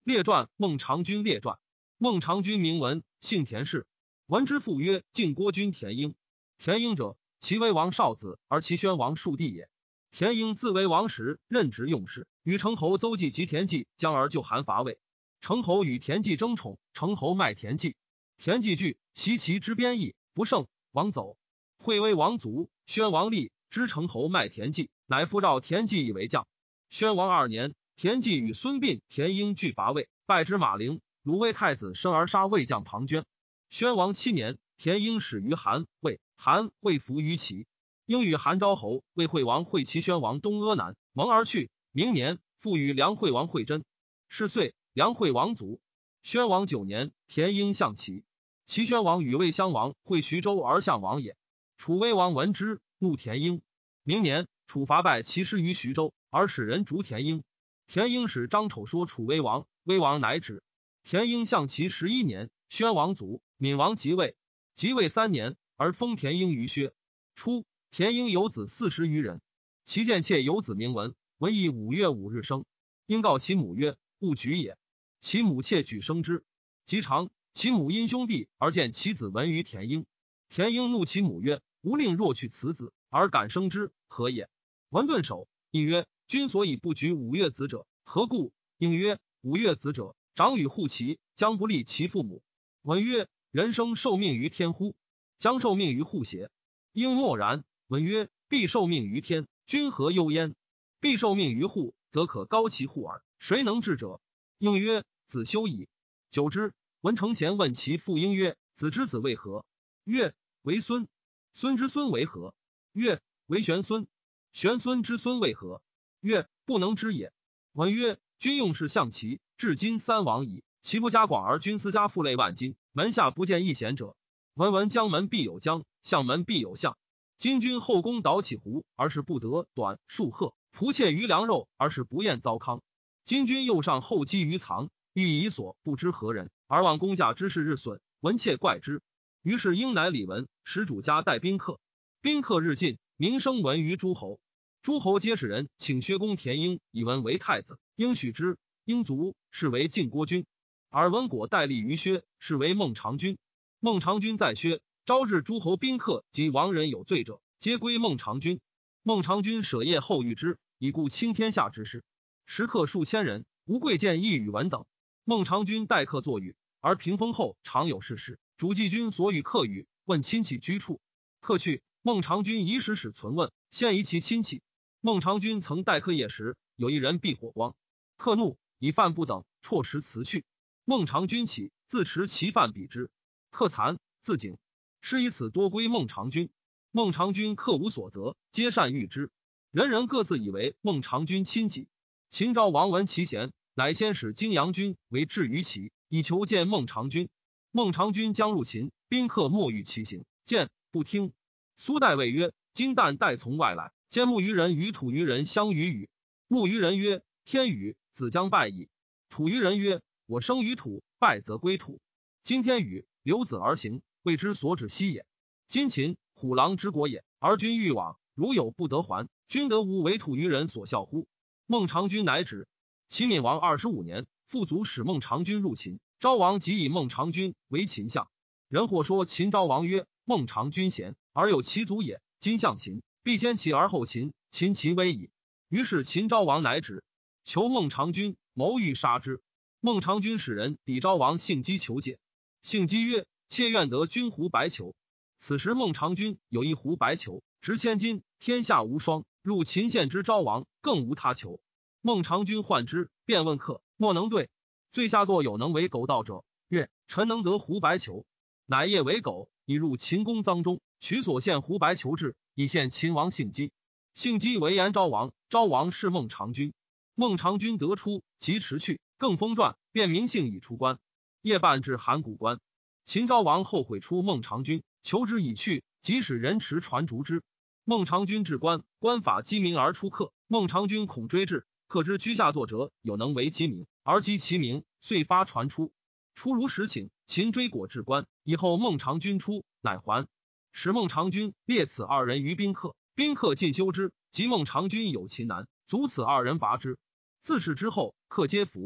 列传孟尝君列传。孟尝君名文，姓田氏。文之父曰晋国君田婴。田婴者，齐威王少子，而齐宣王庶弟也。田婴自为王时，任职用事，与成侯邹忌及田忌将而就韩伐魏。成侯与田忌争宠，成侯卖田忌。田忌惧，袭其之边邑，不胜，王走。惠威王卒，宣王立，知成侯卖田忌，乃复召田忌以为将。宣王2年，田忌与孙膑、田婴俱伐魏，败之马陵。鲁魏太子生而杀魏将庞涓。宣王7年，田婴始于韩、魏，韩、魏服于齐。应与韩昭侯、魏惠王会齐宣王东阿南，蒙而去。明年，复与梁惠王会真。是岁，梁惠王卒。宣王9年，田婴向齐。齐宣王与魏襄王会徐州而相王也。楚威王闻之，怒田婴。明年，楚伐败齐师于徐州，而使人逐田婴。田婴使张丑说楚威王，威王乃止。田婴向齐11年，宣王卒，闵王即位。即位3年，而封田婴于薛。初，田婴有子40余人。其见妾有子名文，文亦5月5日生。因告其母曰：勿举也。其母妾举生之。及长，其母因兄弟而见其子文于田婴。田婴怒其母曰：吾令若去此子，而敢生之，何也？文顿首，应曰：君所以不举5月子者，何故？应曰：5月子者，长与护其，将不利其父母。文曰：人生受命于天乎？将受命于户邪？应默然。文曰：必受命于天，君何忧焉？必受命于户，则可高其户耳，谁能治者？应曰：子休矣。久之，文承贤问其父应曰：子之子为何？曰：为孙。孙之孙为何？曰：为玄孙。玄孙之孙为何？曰：不能知也。文曰：君用事象齐，至今3王矣，其不加广而君私家赋累万金，门下不见一贤者。文江门必有江，相门必有相。今君后宫倒起胡，而是不得短数鹤，仆妾于良肉，而是不厌糟糠。今君又上后积于藏，欲以所不知何人，而望公家之事日损，文妾怪之。于是应乃礼文，使主家带宾客。宾客日进，名声闻于诸侯。诸侯皆使人请薛公田婴以文为太子，应许之。应卒，是为晋国君。而文果代立于薛，是为孟尝君。孟尝君在薛，招致诸侯宾客及亡人有罪者，皆归孟尝君。孟尝君舍业后遇之，以顾倾天下之事。食客数千人，无贵贱一语文等。孟尝君待客作语，而屏风后常有事事。主祭君所与客语，问亲戚居处。客去，孟尝君以使存问，现疑其亲戚。孟尝君曾待客夜时，有一人避火光，客怒，以饭不等，辍食辞去。孟尝君起，自持其饭比之。客惭，自警。是以此多归孟尝君。孟尝君客无所责，皆善遇之。人人各自以为孟尝君亲戚。秦昭王闻其贤，乃先使荆阳君为至于齐，以求见孟尝君。孟尝君将入秦，宾客莫欲其行，见不听。苏代谓曰：今旦待从外来，见木鱼人与土鱼人相与语。木鱼人曰：天雨，子将败矣。土鱼人曰：我生于土，败则归土。今天雨，留子而行，谓之所指息也。今秦，虎狼之国也，而君欲往，如有不得还，君得无为土鱼人所笑乎？孟尝君乃止。齐闵王25年，父祖使孟尝君入秦，昭王即以孟尝君为秦相。人或说秦昭王曰：孟尝君贤，而有其祖也。今相秦，必先齐而后秦，秦其危矣。于是秦昭王乃止，求孟尝君，谋欲杀之。孟尝君使人抵昭王幸姬求解。幸姬曰：妾愿得君胡白裘。此时孟尝君有一胡白裘，值1000金，天下无双。入秦献之昭王，更无他求。孟尝君患之，便问客，莫能对。最下作有能为狗盗者，曰：臣能得胡白裘。乃夜为狗，以入秦宫臧中，取所献胡白裘至，以献秦王幸姬。幸姬为言昭王，昭王是孟尝君。孟尝君得出，即辞去，更封传，便名姓以出关。夜半至函谷关，秦昭王后悔出孟尝君，求之以去，即使人持传逐之。孟尝君至关，关法击鸣而出客，孟尝君恐追至，客之居下作者有能为击鸣，而击其鸣，遂发传出。出如实请，秦追果至关，以后孟尝君出，乃还。使孟尝君列此2人于宾客，宾客尽休之，及孟尝君有秦南，卒此2人拔之。自是之后，客皆服。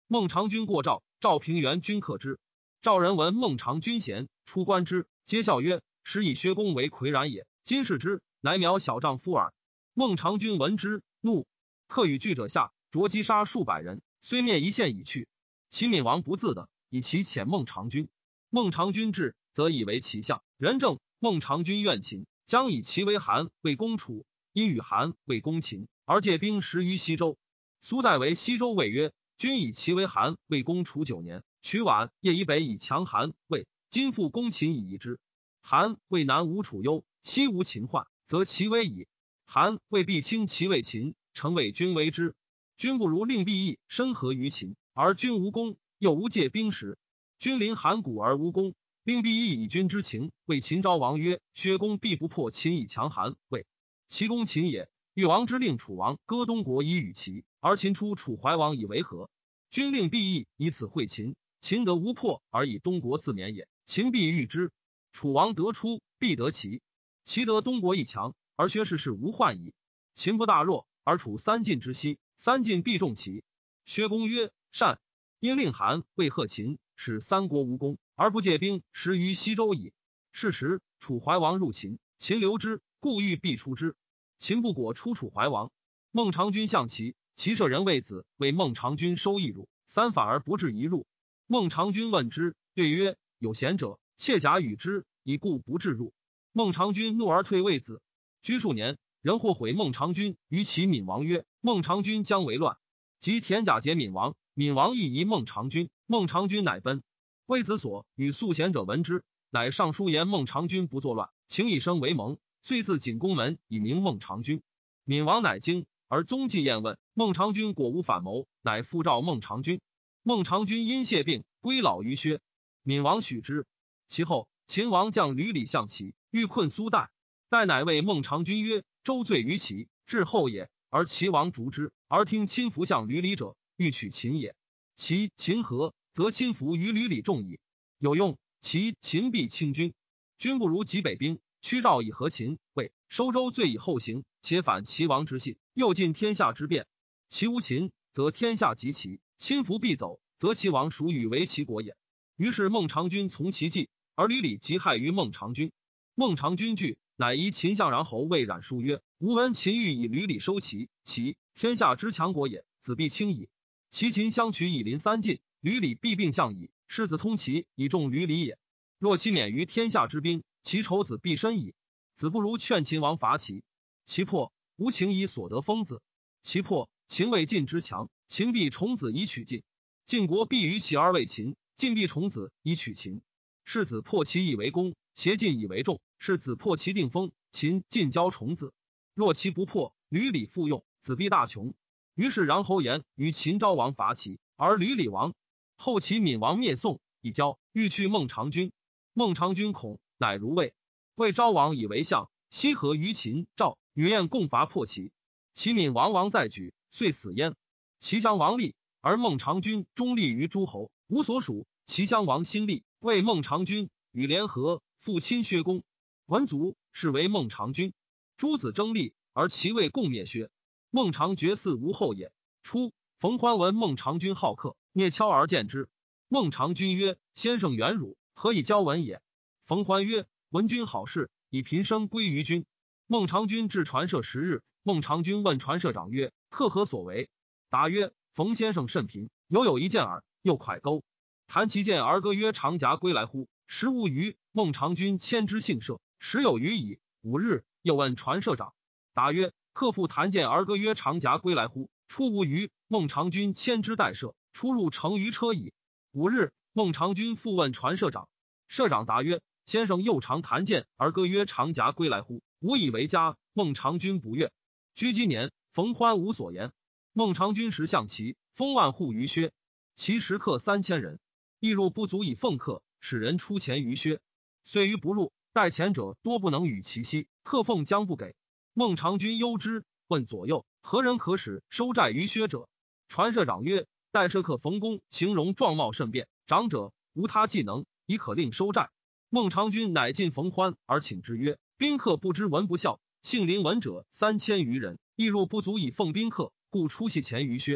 孟尝君过赵，赵平原君克之。赵人闻孟尝君贤，出观之，皆笑曰：时以薛公为夔然也，今视之，乃渺小丈夫耳。孟尝君闻之，怒，客与惧者下，着击杀数百人，虽灭一县已去。齐闵王不自得，以其遣孟尝君。孟尝君至，则以为其相，仁政。孟尝君怨秦，将以其为韩，为攻楚，因与韩为攻秦，而借兵10于西周。苏代为西周魏曰：君以其为韩，为攻楚9年，取宛、邺以北以强韩、魏，今复攻秦以夷之。韩、魏南无楚忧，西无秦患，则其危矣。韩、魏必轻其为秦，诚为君为之。君不如令必义深合于秦，而君无功，又无借兵时。君临函谷而无功，令必义以君之情，谓秦昭王曰：薛公必不破秦以强韩、魏，其攻秦也。越王之令楚王割东国以与齐，而秦出楚怀王以为和。君令必义以此会秦，秦得无破而以东国自免也。秦必欲之。楚王得出，必得齐。齐得东国一强，而薛氏无患矣。秦不大弱，而楚3晋之西，3晋必重齐。薛公曰：善。因令韩、魏贺秦，使3国无功，而不借兵10于西周矣。是时楚怀王入秦，秦留之，故欲必出之。秦不果出楚怀王。孟尝君向齐，齐舍人魏子为孟尝君收一入，3反而不至一入。孟尝君问之，对曰：有贤者，窃假与之，以故不至入。孟尝君怒而退魏子。居数年，人或毁孟尝君于齐闵王曰：孟尝君将为乱。及田甲劫闵王，闵王亦疑孟尝君，孟尝君乃奔。魏子所与素贤者闻之，乃上书言孟尝君不作乱，请以生为盟，遂自景公门以明孟尝君。闵王乃惊，而宗祭宴问孟尝君果无反谋，乃复召孟尝君。孟尝君因谢病，归老于薛。闵王许之。其后秦王将吕礼向齐，欲困苏代。代乃谓孟尝君曰：周罪于齐，至后也。而齐王逐之，而听亲服向吕礼者，欲取秦也。秦和，则亲服于吕礼众矣。有用，秦必轻君。君不如击北兵，驱赵以和秦、魏，收周罪以后行，且反齐王之信，又尽天下之变。齐无秦，则天下及齐；亲服必走，则齐王属与为齐国也。于是孟尝君从其计，而吕礼及害于孟尝君。孟尝君惧，乃疑秦相然侯魏冉书曰：吾闻秦欲以吕礼收齐，天下之强国也，子必轻矣。齐秦相取以临3晋，吕礼必并相矣。世子通齐以重吕礼也。若其免于天下之兵，其仇子必深矣。子不如劝秦王伐齐。其破，无情以所得封子；其破，秦为晋之强，秦必重子以取晋。晋国必于齐而为秦，晋必重子以取秦。世子破齐以为功，挟晋以为重；是子破齐定封，晋交重子。若其不破，吕礼复用，子必大穷。于是穰侯言与秦昭王伐齐，而吕礼亡。后齐闵王灭宋，以交，欲去孟尝君。孟尝君恐，乃如魏。魏昭王以为相，西和于秦、赵、与燕共伐破齐。齐闵王再举，遂死焉。齐襄王立，而孟尝君中立于诸侯，无所属。齐襄王新立，为孟尝君，与联合，复亲薛公。文卒，是为孟尝君。诸子争立，而其位共灭薛。孟尝绝嗣无后也。初，冯欢闻孟尝君好客，蹑跷而见之。孟尝君曰：先生远辱，何以交闻也？冯欢曰：闻君好事，以平生归于君。孟尝君至传社10日，孟尝君问传社长曰：客何所为？答曰：冯先生甚贫，有一件耳，又蒯钩。弹其剑而歌曰：长夹归来乎？时无余。孟尝君迁之姓社，时有余矣。5日，又问传社长，答曰：客复弹剑而歌曰：长夹归来乎？初无余。孟尝君迁之代社，出入乘于车矣。5日，孟尝君复问传社长，社长答曰：先生又常弹剑而歌曰：长夹归来乎？吾以为家。孟尝君不悦。居今年，冯欢无所言。孟尝君时向齐，封万户于薛，其食客3000人，亦入不足以奉客，使人出钱于薛。虽于不入，待钱者多不能与其息，客奉将不给。孟尝君忧之，问左右何人可使收债于薛者？传社长曰：待社客冯公形容壮貌甚辩，长者无他技能，已可令收债。孟尝君乃进冯欢而请之曰：宾客不知文不孝，姓临文者3000余人，亦入不足以奉宾客，故出系钱于薛。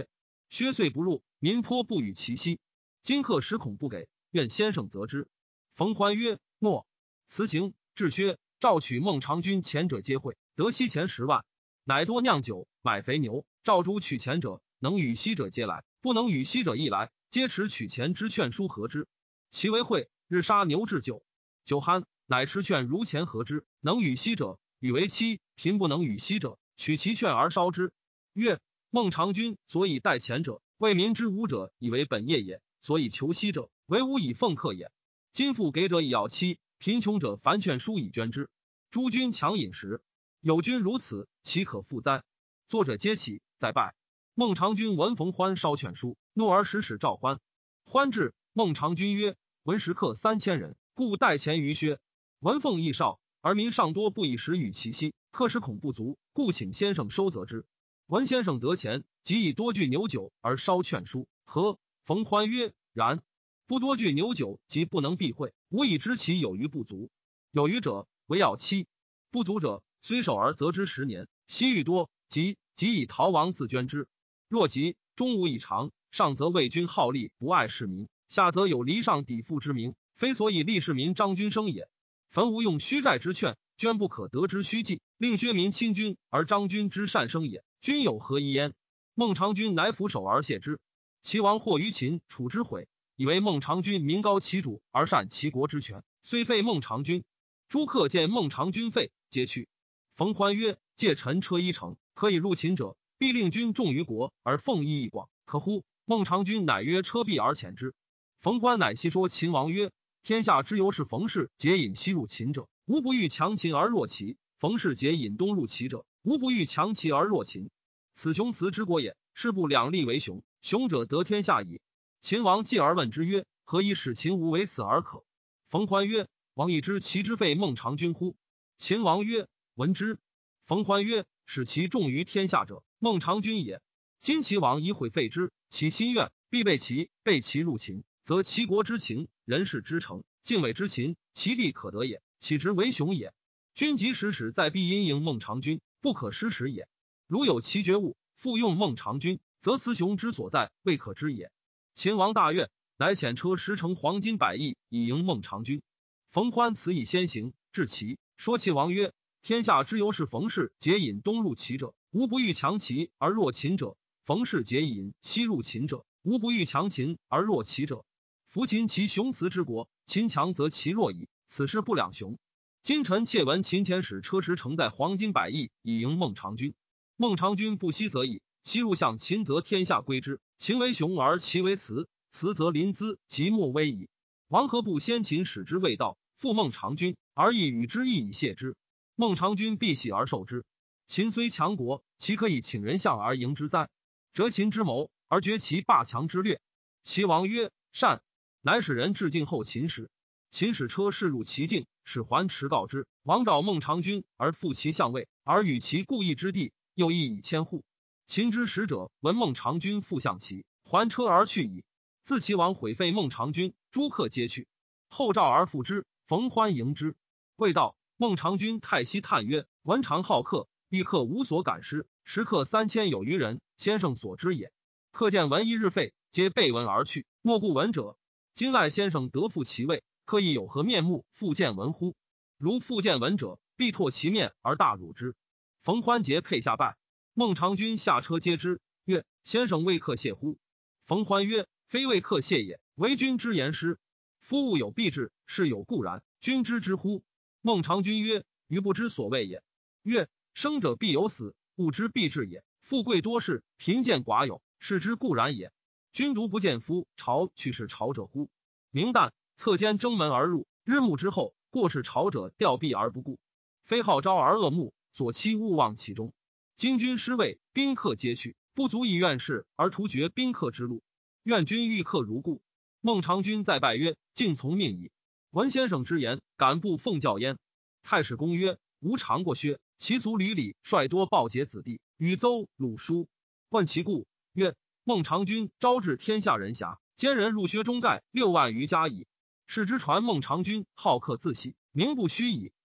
薛遂不入，民颇不与其息。今客实恐不给，愿先生责之。冯欢曰：诺。辞行，至薛，赵取孟尝君前者皆会，得息钱10万，乃多酿酒，买肥牛。赵诸取钱者，能与息者皆来，不能与息者亦来，皆持取钱之劝书和之。其为会，日杀牛置酒，酒酣，乃持劝如钱和之。能与息者，与为妻；贫不能与息者，取其劝而烧之。曰：孟尝君所以待钱者，为民之无者以为本业也；所以求息者，为无以奉客也。今复给者以要妻，贫穷者凡劝书以捐之。诸君强饮食，有君如此，岂可复哉？作者皆起，再拜。孟尝君闻冯欢烧劝书，怒而使召欢。欢至，孟尝君曰：闻食客3000人，故待钱于薛。闻奉益少，而民尚多，不以食与其息，客食恐不足，故请先生收责之。闻先生得钱，即以多聚牛酒而烧劝书，何？冯欢曰：然。不多聚牛酒，即不能避讳，无以知其有余不足。有余者，为要妻；不足者，虽守而责之10年。息欲多，即以逃亡自捐之。若急，终无以偿，上则为君好利，不爱市民；下则有离上抵附之名，非所以利市民张君生也。焚无用虚债之劝，捐不可得之虚计，令薛民亲君而张君之善生也。君有何疑焉？孟尝君乃俯首而谢之。齐王或于秦，楚之悔，以为孟尝君民高其主而善齐国之权，虽废孟尝君。诸客见孟尝君废，皆去。冯欢曰：借臣车1乘，可以入秦者，必令君重于国，而奉益益广，可乎？孟尝君乃曰：车必而遣之。冯欢乃细说秦王曰：天下之由是冯氏结引西入秦者，无不欲强秦而弱齐；冯氏结引东入齐者，无不欲强齐而弱秦。此雄雌之国也，是不两立为雄，雄者得天下矣。秦王继而问之曰：何以使秦无为此而可？冯欢曰：王亦知其之废孟尝君乎？秦王曰：闻之。冯欢曰：使其重于天下者，孟尝君也。今齐王以毁废之，其心愿必被齐入秦，则齐国之情，人事之诚，晋伟之秦，其地可得也，岂直为雄也？君即使在必因迎孟尝君，不可失时也。如有其觉悟，复用孟尝君，则雌雄之所在，未可知也。秦王大悦，乃遣车10乘黄金100亿以迎孟尝君。冯欢辞以先行，至齐，说齐王曰：天下之由是冯氏结引东入齐者，无不欲强齐而弱秦者；冯氏结引西入秦者，无不欲强秦而弱齐者。夫秦其雄雌之国，秦强则其弱矣，此事不两雄。今臣窃闻秦遣使车10乘载黄金100亿以迎孟尝君。孟尝君不息则已，西入向秦则天下归之。秦为雄而齐为雌，雌则临淄，即莫危矣。王何不先秦使之未到，复孟尝君，而亦与之意以谢之？孟尝君必喜而受之。秦虽强国，其可以请人相而迎之哉？折秦之谋，而绝其霸强之略。齐王曰：善。乃使人致敬后秦时。秦使车士入其境，使还迟告之。王召孟尝君而复其相位，而与其故邑之地，又邑以千户。秦之使者闻孟尝君复向齐，还车而去矣。自齐王毁废孟尝君，诸客皆去。后召而复之，冯欢迎之。未到，孟尝君太息叹曰：文常好客，欲客无所感失，食客3000有余人，先生所知也。客见闻一日废，皆备闻而去，莫顾闻者。今赖先生得复其位，客亦有何面目复见闻乎？如复见闻者，必唾其面而大辱之。冯欢节配下拜。孟尝君下车接之，曰：先生为客谢乎？冯欢曰：非为客谢也，为君之言师。夫物有必至，事有固然，君知之乎？孟尝君曰：余不知所谓也。曰：生者必有死，物之必至也。富贵多事，贫贱寡有，是之固然也。君独不见夫朝去是朝者乎？明旦，侧间征门而入，日暮之后，过是朝者吊臂而不顾，非号召而恶目，所期勿忘其中。今君失位，宾客皆去，不足以愿事而图绝宾客之路。愿君遇客如故。孟尝君再拜曰：敬从命矣。闻先生之言，敢不奉教焉？太史公曰：吾尝过薛，其族屡礼，率多报捷子弟，与邹、鲁、舒。问其故，曰：孟尝君招致天下人侠，奸人入薛中盖6万余家矣。是之传孟尝君好客自喜，名不虚矣。